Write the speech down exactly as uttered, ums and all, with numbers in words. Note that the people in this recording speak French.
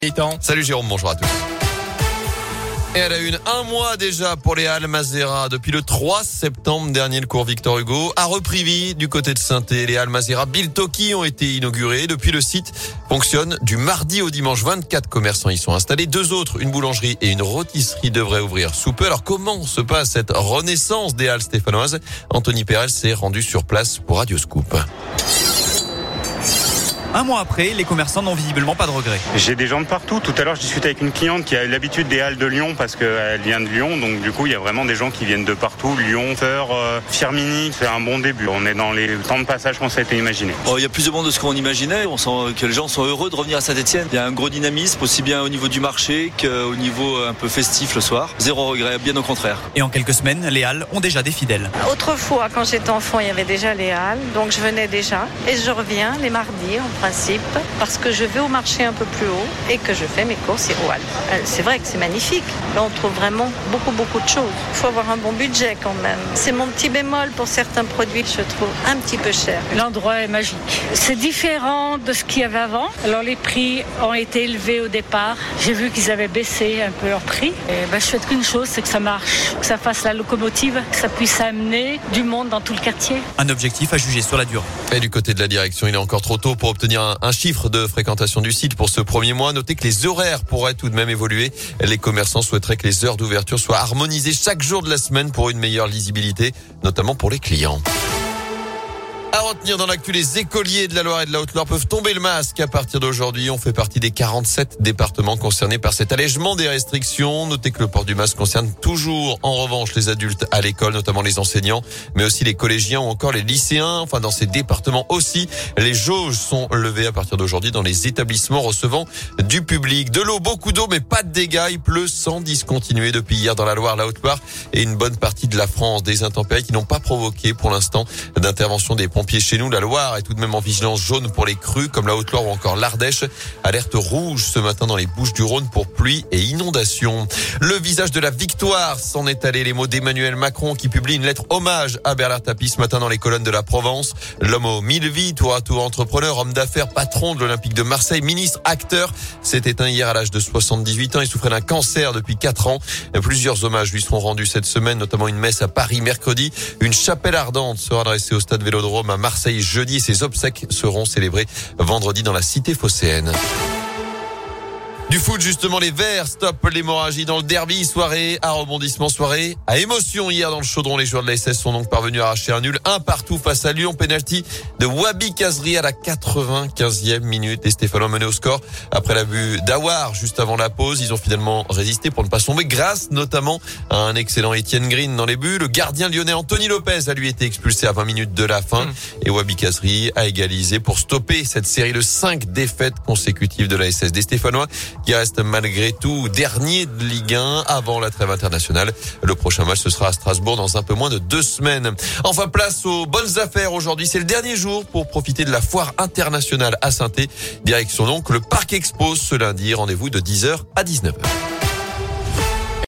Salut Jérôme, bonjour à tous. Et à la une, un mois déjà pour les Halles Mazera. Depuis le trois septembre dernier, le cours Victor Hugo a repris vie du côté de Saint-Étienne. Les Halles Mazera Biltoki ont été inaugurées. Depuis, le site fonctionne du mardi au dimanche. vingt-quatre commerçants y sont installés. Deux autres, une boulangerie et une rôtisserie, devraient ouvrir sous peu. Alors comment se passe cette renaissance des Halles stéphanoises? Anthony Perel s'est rendu sur place pour Radio Scoop. Un mois après, les commerçants n'ont visiblement pas de regrets. J'ai des gens de partout. Tout à l'heure, je discutais avec une cliente qui a l'habitude des Halles de Lyon parce qu'elle vient de Lyon. Donc du coup, il y a vraiment des gens qui viennent de partout. Lyon, Feur, euh, Firminy, c'est un bon début. On est dans les temps de passage qu'on s'était imaginé. Oh, il y a plus de monde de ce qu'on imaginait. On sent que les gens sont heureux de revenir à Saint-Étienne. Il y a un gros dynamisme, aussi bien au niveau du marché qu'au niveau un peu festif le soir. Zéro regret, bien au contraire. Et en quelques semaines, les Halles ont déjà des fidèles. Autrefois, quand j'étais enfant, il y avait déjà les Halles. Donc je venais déjà. Et je reviens les mardis, en principe, parce que je vais au marché un peu plus haut et que je fais mes courses aux Halles. C'est vrai que c'est magnifique. Là, on trouve vraiment beaucoup, beaucoup de choses. Il faut avoir un bon budget quand même. C'est mon petit bémol pour certains produits que je trouve un petit peu cher. L'endroit est magique. C'est différent de ce qu'il y avait avant. Alors, les prix ont été élevés au départ. J'ai vu qu'ils avaient baissé un peu leur prix. Et ben, je souhaite qu'une chose, c'est que ça marche, que ça fasse la locomotive, que ça puisse amener du monde dans tout le quartier. Un objectif à juger sur la durée. Et du côté de la direction, il est encore trop tôt pour obtenir un, un chiffre de fréquentation du site pour ce premier mois. Notez que les horaires pourraient tout de même évoluer. Les commerçants souhaiteraient que les heures d'ouverture soient harmonisées chaque jour de la semaine pour une meilleure lisibilité, notamment pour les clients. À retenir dans l'actu, les écoliers de la Loire et de la Haute-Loire peuvent tomber le masque à partir d'aujourd'hui. On fait partie des quarante-sept départements concernés par cet allègement des restrictions. Notez que le port du masque concerne toujours, en revanche, les adultes à l'école, notamment les enseignants, mais aussi les collégiens ou encore les lycéens. Enfin, dans ces départements aussi, les jauges sont levées à partir d'aujourd'hui dans les établissements recevant du public. De l'eau, beaucoup d'eau, mais pas de dégâts. Il pleut sans discontinuer depuis hier dans la Loire, la Haute-Loire et une bonne partie de la France. Des intempéries qui n'ont pas provoqué pour l'instant d'intervention des pompiers chez nous. La Loire est tout de même en vigilance jaune pour les crues comme la Haute-Loire ou encore l'Ardèche. Alerte rouge ce matin dans les Bouches-du-Rhône pour pluie et inondations. Le visage de la victoire s'en est allé. Les mots d'Emmanuel Macron qui publie une lettre hommage à Bernard Tapie ce matin dans les colonnes de la Provence. L'homme aux mille vies, tour à tour entrepreneur, homme d'affaires, patron de l'Olympique de Marseille, ministre, acteur, s'est éteint hier à l'âge de soixante-dix-huit ans. Il souffrait d'un cancer depuis quatre ans. Plusieurs hommages lui seront rendus cette semaine, notamment une messe à Paris mercredi. Une chapelle ardente sera dressée au stade Vélodrome à Marseille jeudi. Ses obsèques seront célébrées vendredi dans la cité phocéenne. Du foot, justement, les Verts stoppent l'hémorragie dans le derby. Soirée à rebondissement, soirée à émotion. Hier, dans le chaudron, les joueurs de la S S sont donc parvenus à arracher un nul, un partout face à Lyon. Penalty de Wabi Kazri à la quatre-vingt-quinzième minute. Les Stéphanois menés au score après la vue d'Awar juste avant la pause. Ils ont finalement résisté pour ne pas tomber grâce notamment à un excellent Étienne Green dans les buts. Le gardien lyonnais Anthony Lopez a lui été expulsé à vingt minutes de la fin. Mmh. Et Wabi Kazri a égalisé pour stopper cette série de cinq défaites consécutives de la S S. Des Stéphanois qui reste malgré tout dernier de Ligue un avant la trêve internationale. Le prochain match, ce sera à Strasbourg dans un peu moins de deux semaines. Enfin, place aux bonnes affaires aujourd'hui. C'est le dernier jour pour profiter de la foire internationale à Saint-Étienne. Direction donc le Parc Expo ce lundi. Rendez-vous de dix heures à dix-neuf heures.